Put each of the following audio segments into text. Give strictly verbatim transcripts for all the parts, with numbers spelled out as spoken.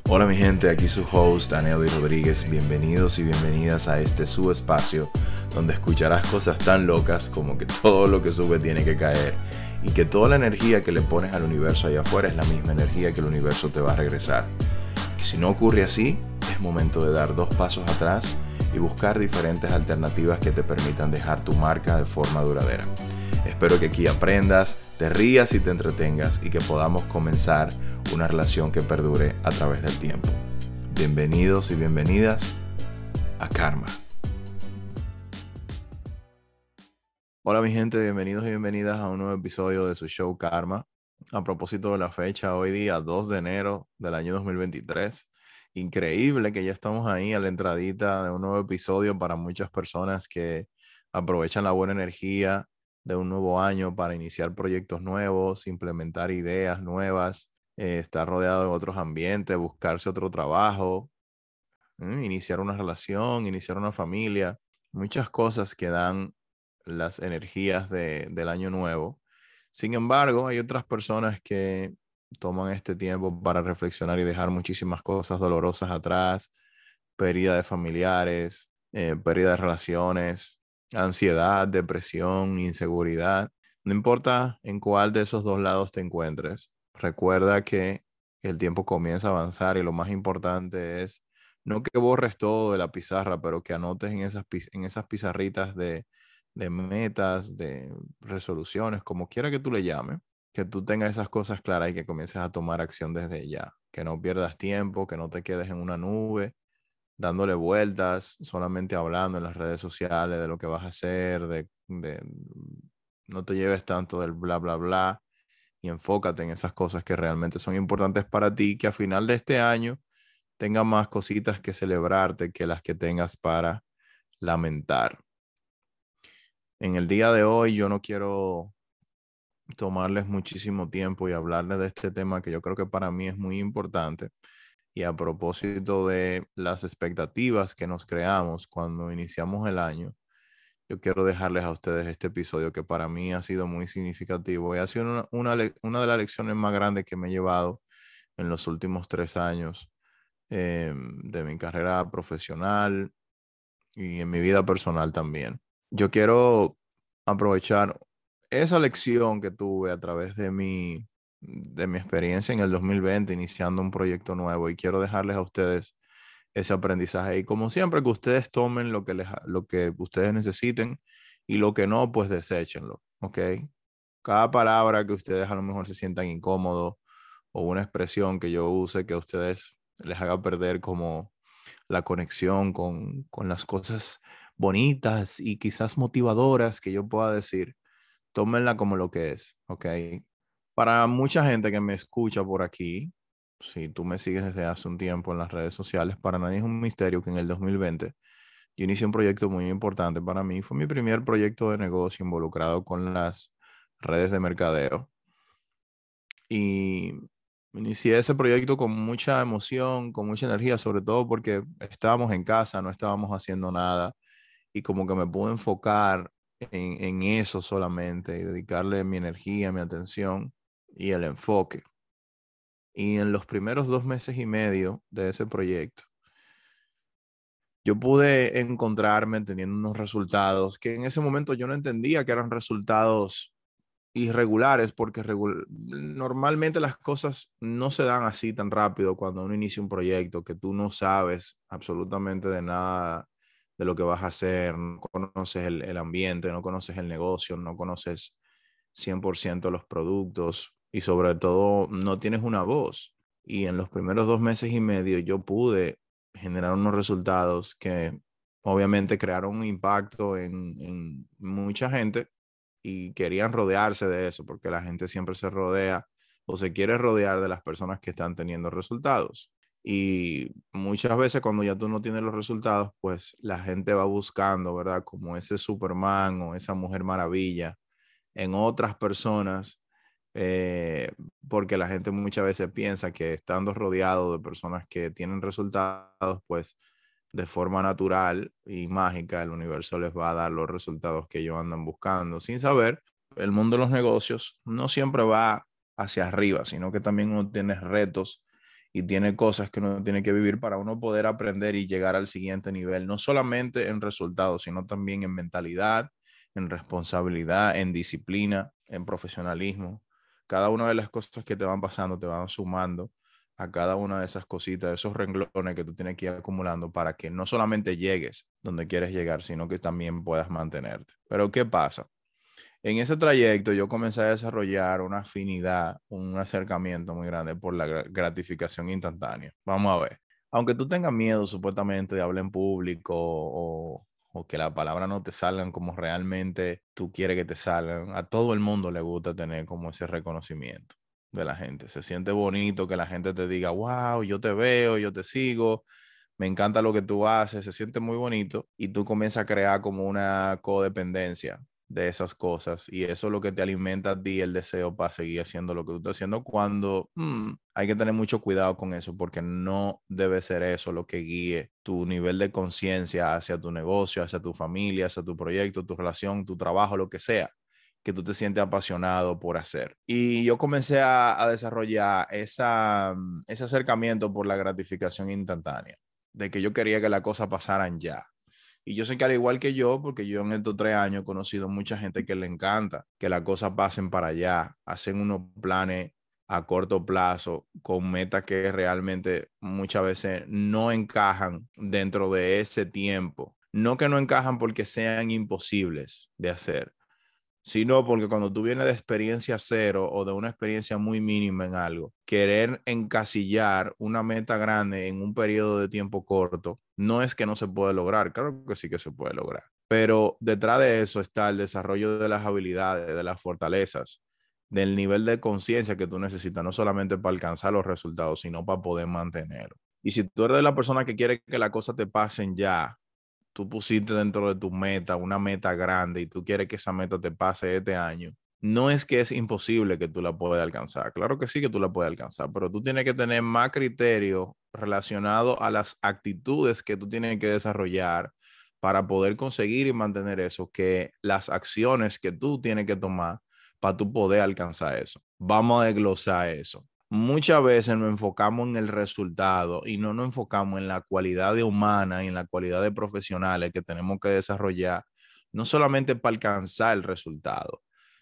Hola mi gente, aquí su host Aneudi Rodríguez. Bienvenidos y bienvenidas a este su espacio donde escucharás cosas tan locas como que todo lo que sube tiene que caer y que toda la energía que le pones al universo allá afuera es la misma energía que el universo te va a regresar. Que si no ocurre así, es momento de dar dos pasos atrás y buscar diferentes alternativas que te permitan dejar tu marca de forma duradera. Espero que aquí aprendas, te rías y te entretengas y que podamos comenzar una relación que perdure a través del tiempo. Bienvenidos y bienvenidas a Karma. Hola mi gente, bienvenidos y bienvenidas a un nuevo episodio de su show Karma. A propósito de la fecha, hoy día dos de enero del año dos mil veintitrés. Increíble que ya estamos ahí a la entradita de un nuevo episodio para muchas personas que aprovechan la buena energía de un nuevo año para iniciar proyectos nuevos, implementar ideas nuevas, eh, estar rodeado de otros ambientes, buscarse otro trabajo, ¿eh? Iniciar una relación, iniciar una familia, muchas cosas que dan las energías de, del año nuevo. Sin embargo, hay otras personas que toman este tiempo para reflexionar y dejar muchísimas cosas dolorosas atrás, pérdida de familiares, eh, pérdida de relaciones, ansiedad, depresión, inseguridad. No importa en cuál de esos dos lados te encuentres, recuerda que el tiempo comienza a avanzar y lo más importante es no que borres todo de la pizarra, pero que anotes en esas, en esas pizarritas de, de metas, de resoluciones, como quiera que tú le llames, que tú tengas esas cosas claras y que comiences a tomar acción desde ya, que no pierdas tiempo, que no te quedes en una nube dándole vueltas, solamente hablando en las redes sociales de lo que vas a hacer, de, de no te lleves tanto del bla, bla, bla y enfócate en esas cosas que realmente son importantes para ti, que a final de este año tenga más cositas que celebrarte que las que tengas para lamentar. En el día de hoy yo no quiero tomarles muchísimo tiempo y hablarles de este tema que yo creo que para mí es muy importante. Y a propósito de las expectativas que nos creamos cuando iniciamos el año, yo quiero dejarles a ustedes este episodio que para mí ha sido muy significativo y ha sido una, una, una de las lecciones más grandes que me he llevado en los últimos tres años eh, de mi carrera profesional y en mi vida personal también. Yo quiero aprovechar esa lección que tuve a través de mi, de mi experiencia en el dos mil veinte, iniciando un proyecto nuevo, y quiero dejarles a ustedes ese aprendizaje. Y como siempre, que ustedes tomen lo que, les, lo que ustedes necesiten y lo que no, pues deséchenlo, ¿ok? Cada palabra que ustedes a lo mejor se sientan incómodos o una expresión que yo use que a ustedes les haga perder como la conexión con, con las cosas bonitas y quizás motivadoras que yo pueda decir, tómenla como lo que es, ¿ok? Para mucha gente que me escucha por aquí, si tú me sigues desde hace un tiempo en las redes sociales, para nadie es un misterio que en el dos mil veinte yo inicié un proyecto muy importante para mí. Fue mi primer proyecto de negocio involucrado con las redes de mercadeo. Y inicié ese proyecto con mucha emoción, con mucha energía, sobre todo porque estábamos en casa, no estábamos haciendo nada y como que me pude enfocar en, en eso solamente y dedicarle mi energía, mi atención y el enfoque. Y en los primeros dos meses y medio de ese proyecto, yo pude encontrarme teniendo unos resultados que en ese momento yo no entendía que eran resultados irregulares, porque regul normalmente las cosas no se dan así tan rápido cuando uno inicia un proyecto que tú no sabes absolutamente de nada de lo que vas a hacer, no conoces el, el ambiente, no conoces el negocio, no conoces cien por ciento los productos y sobre todo no tienes una voz. Y en los primeros dos meses y medio yo pude generar unos resultados que obviamente crearon un impacto en, en mucha gente y querían rodearse de eso, porque la gente siempre se rodea o se quiere rodear de las personas que están teniendo resultados. Y muchas veces cuando ya tú no tienes los resultados, pues la gente va buscando, ¿verdad? Como ese Superman o esa Mujer Maravilla en otras personas, eh, porque la gente muchas veces piensa que estando rodeado de personas que tienen resultados, pues de forma natural y mágica, el universo les va a dar los resultados que ellos andan buscando, sin saber, el mundo de los negocios no siempre va hacia arriba, sino que también uno tiene retos y tiene cosas que uno tiene que vivir para uno poder aprender y llegar al siguiente nivel, no solamente en resultados, sino también en mentalidad, en responsabilidad, en disciplina, en profesionalismo. Cada una de las cosas que te van pasando te van sumando a cada una de esas cositas, esos renglones que tú tienes que ir acumulando para que no solamente llegues donde quieres llegar, sino que también puedas mantenerte. Pero ¿qué pasa? En ese trayecto yo comencé a desarrollar una afinidad, un acercamiento muy grande por la gratificación instantánea. Vamos a ver. Aunque tú tengas miedo supuestamente de hablar en público o, o que las palabras no te salgan como realmente tú quieres que te salgan, a todo el mundo le gusta tener como ese reconocimiento de la gente. Se siente bonito que la gente te diga, wow, yo te veo, yo te sigo, me encanta lo que tú haces, se siente muy bonito y tú comienzas a crear como una codependencia de esas cosas y eso es lo que te alimenta a ti el deseo para seguir haciendo lo que tú estás haciendo cuando mm, hay que tener mucho cuidado con eso porque no debe ser eso lo que guíe tu nivel de conciencia hacia tu negocio, hacia tu familia, hacia tu proyecto, tu relación, tu trabajo, lo que sea que tú te sientes apasionado por hacer. Y yo comencé a, a desarrollar esa, ese acercamiento por la gratificación instantánea, de que yo quería que las cosas pasaran ya. Y yo sé que al igual que yo, porque yo en estos tres años he conocido mucha gente que le encanta que las cosas pasen para allá, hacen unos planes a corto plazo con metas que realmente muchas veces no encajan dentro de ese tiempo. No que no encajan porque sean imposibles de hacer, sino porque cuando tú vienes de experiencia cero o de una experiencia muy mínima en algo, querer encasillar una meta grande en un periodo de tiempo corto, no es que no se puede lograr, claro que sí que se puede lograr, pero detrás de eso está el desarrollo de las habilidades, de las fortalezas, del nivel de conciencia que tú necesitas, no solamente para alcanzar los resultados, sino para poder mantenerlo. Y si tú eres de la persona que quiere que las cosas te pasen ya, tú pusiste dentro de tu meta una meta grande y tú quieres que esa meta te pase este año, no es que es imposible que tú la puedas alcanzar. Claro que sí que tú la puedes alcanzar, pero tú tienes que tener más criterio relacionado a las actitudes que tú tienes que desarrollar para poder conseguir y mantener eso, que las acciones que tú tienes que tomar para tú poder alcanzar eso. Vamos a desglosar eso. Muchas veces nos enfocamos en el resultado y no nos enfocamos en la cualidad de humana y en la cualidad de profesionales que tenemos que desarrollar, no solamente para alcanzar el resultado,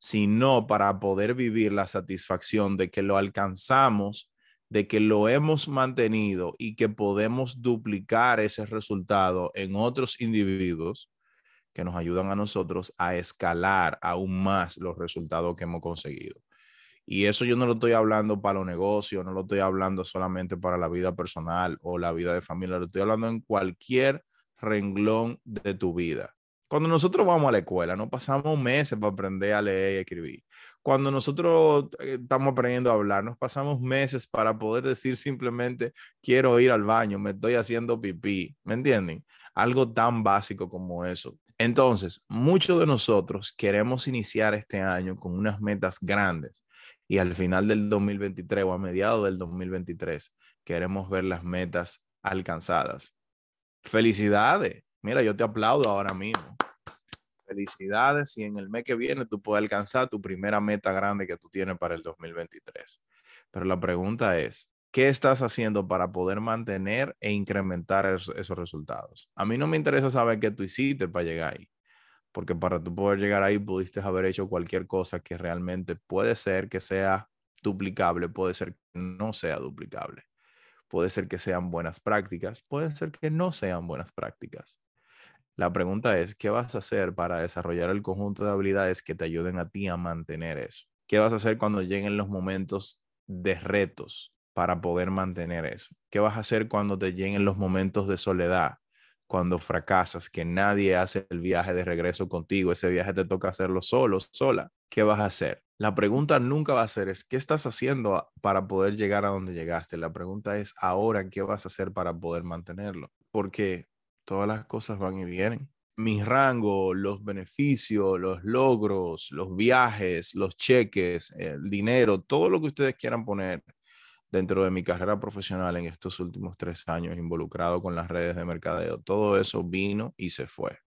sino para poder vivir la satisfacción de que lo alcanzamos, de que lo hemos mantenido y que podemos duplicar ese resultado en otros individuos que nos ayudan a nosotros a escalar aún más los resultados que hemos conseguido. Y eso yo no lo estoy hablando para los negocios, no lo estoy hablando solamente para la vida personal o la vida de familia, lo estoy hablando en cualquier renglón de tu vida. Cuando nosotros vamos a la escuela, no pasamos meses para aprender a leer y escribir. Cuando nosotros eh, estamos aprendiendo a hablar, nos pasamos meses para poder decir simplemente, quiero ir al baño, me estoy haciendo pipí. ¿Me entienden? Algo tan básico como eso. Entonces, muchos de nosotros queremos iniciar este año con unas metas grandes y al final del dos mil veintitrés o a mediados del dos mil veintitrés queremos ver las metas alcanzadas. Felicidades. Mira, yo te aplaudo ahora mismo. Felicidades y en el mes que viene tú puedes alcanzar tu primera meta grande que tú tienes para el dos mil veintitrés. Pero la pregunta es, ¿qué estás haciendo para poder mantener e incrementar esos, esos resultados? A mí no me interesa saber qué tú hiciste para llegar ahí, porque para tú poder llegar ahí pudiste haber hecho cualquier cosa que realmente puede ser que sea duplicable, puede ser que no sea duplicable, puede ser que sean buenas prácticas, puede ser que no sean buenas prácticas. La pregunta es, ¿qué vas a hacer para desarrollar el conjunto de habilidades que te ayuden a ti a mantener eso? ¿Qué vas a hacer cuando lleguen los momentos de retos para poder mantener eso? ¿Qué vas a hacer cuando te lleguen los momentos de soledad? Cuando fracasas, que nadie hace el viaje de regreso contigo, ese viaje te toca hacerlo solo, sola. ¿Qué vas a hacer? La pregunta nunca va a ser es, ¿qué estás haciendo para poder llegar a donde llegaste? La pregunta es, ahora, ¿qué vas a hacer para poder mantenerlo? Porque todas las cosas van y vienen. Mi rango, los beneficios, los logros, los viajes, los cheques, el dinero, todo lo que ustedes quieran poner dentro de mi carrera profesional en estos últimos tres años involucrado con las redes de mercadeo, todo eso vino y se fue.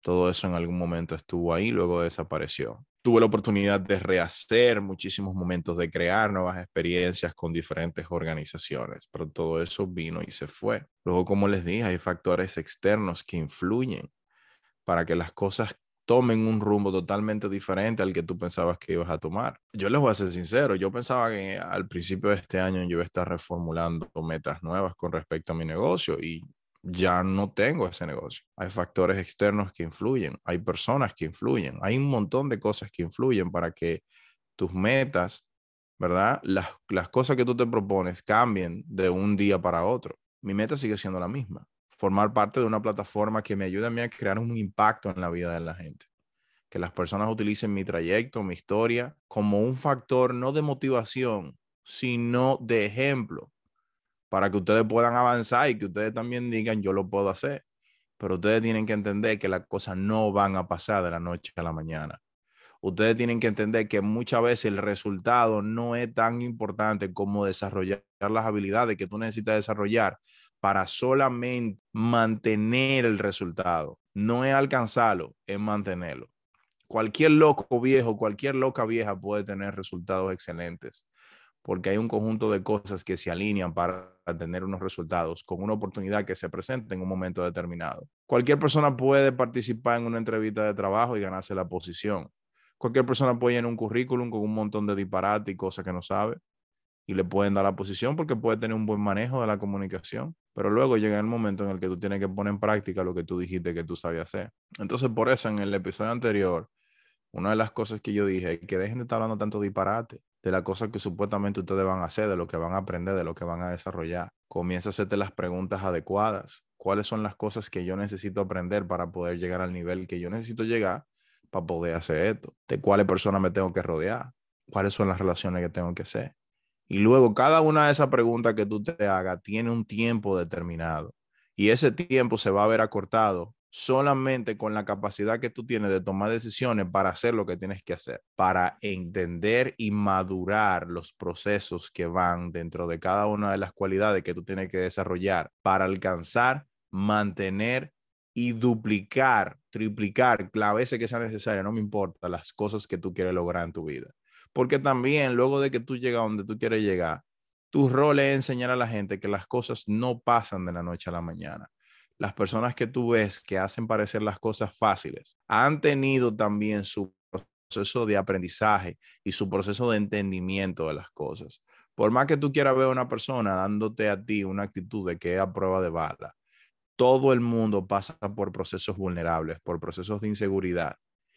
Todo eso en algún momento estuvo ahí, luego desapareció. Tuve la oportunidad de rehacer muchísimos momentos, de crear nuevas experiencias con diferentes organizaciones, pero todo eso vino y se fue. Luego, como les dije, hay factores externos que influyen para que las cosas tomen un rumbo totalmente diferente al que tú pensabas que ibas a tomar. Yo les voy a ser sincero, yo pensaba que al principio de este año yo iba a estar reformulando metas nuevas con respecto a mi negocio y ya no tengo ese negocio. Hay factores externos que influyen, hay personas que influyen, hay un montón de cosas que influyen para que tus metas, ¿verdad? Las, las cosas que tú te propones cambien de un día para otro. Mi meta sigue siendo la misma, formar parte de una plataforma que me ayude a mí a crear un impacto en la vida de la gente. Que las personas utilicen mi trayecto, mi historia, como un factor no de motivación, sino de ejemplo, para que ustedes puedan avanzar y que ustedes también digan, yo lo puedo hacer. Pero ustedes tienen que entender que las cosas no van a pasar de la noche a la mañana. Ustedes tienen que entender que muchas veces el resultado no es tan importante como desarrollar las habilidades que tú necesitas desarrollar para solamente mantener el resultado. No es alcanzarlo, es mantenerlo. Cualquier loco viejo, cualquier loca vieja puede tener resultados excelentes porque hay un conjunto de cosas que se alinean para tener unos resultados con una oportunidad que se presenta en un momento determinado. Cualquier persona puede participar en una entrevista de trabajo y ganarse la posición. Cualquier persona puede llenar un currículum con un montón de disparate y cosas que no sabe y le pueden dar la posición porque puede tener un buen manejo de la comunicación, pero luego llega el momento en el que tú tienes que poner en práctica lo que tú dijiste que tú sabías hacer. Entonces, por eso en el episodio anterior, una de las cosas que yo dije es que dejen de estar hablando tanto disparate de las cosas que supuestamente ustedes van a hacer, de lo que van a aprender, de lo que van a desarrollar. Comienza a hacerte las preguntas adecuadas. ¿Cuáles son las cosas que yo necesito aprender para poder llegar al nivel que yo necesito llegar para poder hacer esto? ¿De cuáles personas me tengo que rodear? ¿Cuáles son las relaciones que tengo que hacer? Y luego cada una de esas preguntas que tú te hagas tiene un tiempo determinado. Y ese tiempo se va a ver acortado solamente con la capacidad que tú tienes de tomar decisiones para hacer lo que tienes que hacer, para entender y madurar los procesos que van dentro de cada una de las cualidades que tú tienes que desarrollar para alcanzar, mantener y duplicar, triplicar, la veces que sea necesaria, no me importa, las cosas que tú quieres lograr en tu vida. Porque también luego de que tú llegas a donde tú quieres llegar, tu rol es enseñar a la gente que las cosas no pasan de la noche a la mañana. Las personas que tú ves que hacen parecer las cosas fáciles han tenido también su proceso de aprendizaje y su proceso de entendimiento de las cosas. Por más que tú quieras ver a una persona dándote a ti una actitud de que es a prueba de bala, todo el mundo pasa por procesos vulnerables, por procesos de inseguridad.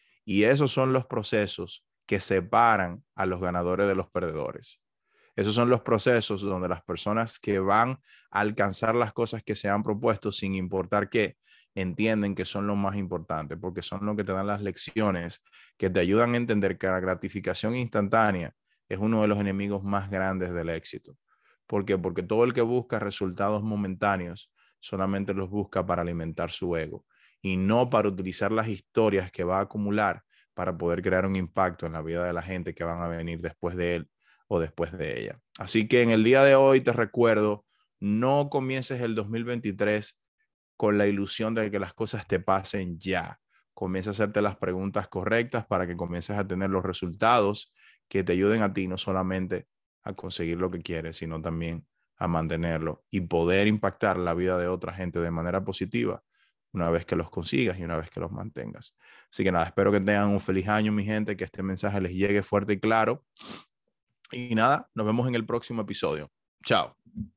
Y esos son los procesos que separan a los ganadores de los perdedores. Esos son los procesos donde las personas que van a alcanzar las cosas que se han propuesto, sin importar qué, entienden que son lo más importante, porque son lo que te dan las lecciones que te ayudan a entender que la gratificación instantánea es uno de los enemigos más grandes del éxito. ¿Por qué? Porque todo el que busca resultados momentáneos solamente los busca para alimentar su ego y no para utilizar las historias que va a acumular para poder crear un impacto en la vida de la gente que van a venir después de él o después de ella. Así que en el día de hoy te recuerdo, no comiences el dos mil veintitrés con la ilusión de que las cosas te pasen ya. Comienza a hacerte las preguntas correctas para que comiences a tener los resultados que te ayuden a ti, no solamente a conseguir lo que quieres, sino también a mantenerlo y poder impactar la vida de otra gente de manera positiva una vez que los consigas y una vez que los mantengas. Así que nada, espero que tengan un feliz año, mi gente, que este mensaje les llegue fuerte y claro. Y nada, nos vemos en el próximo episodio. Chao.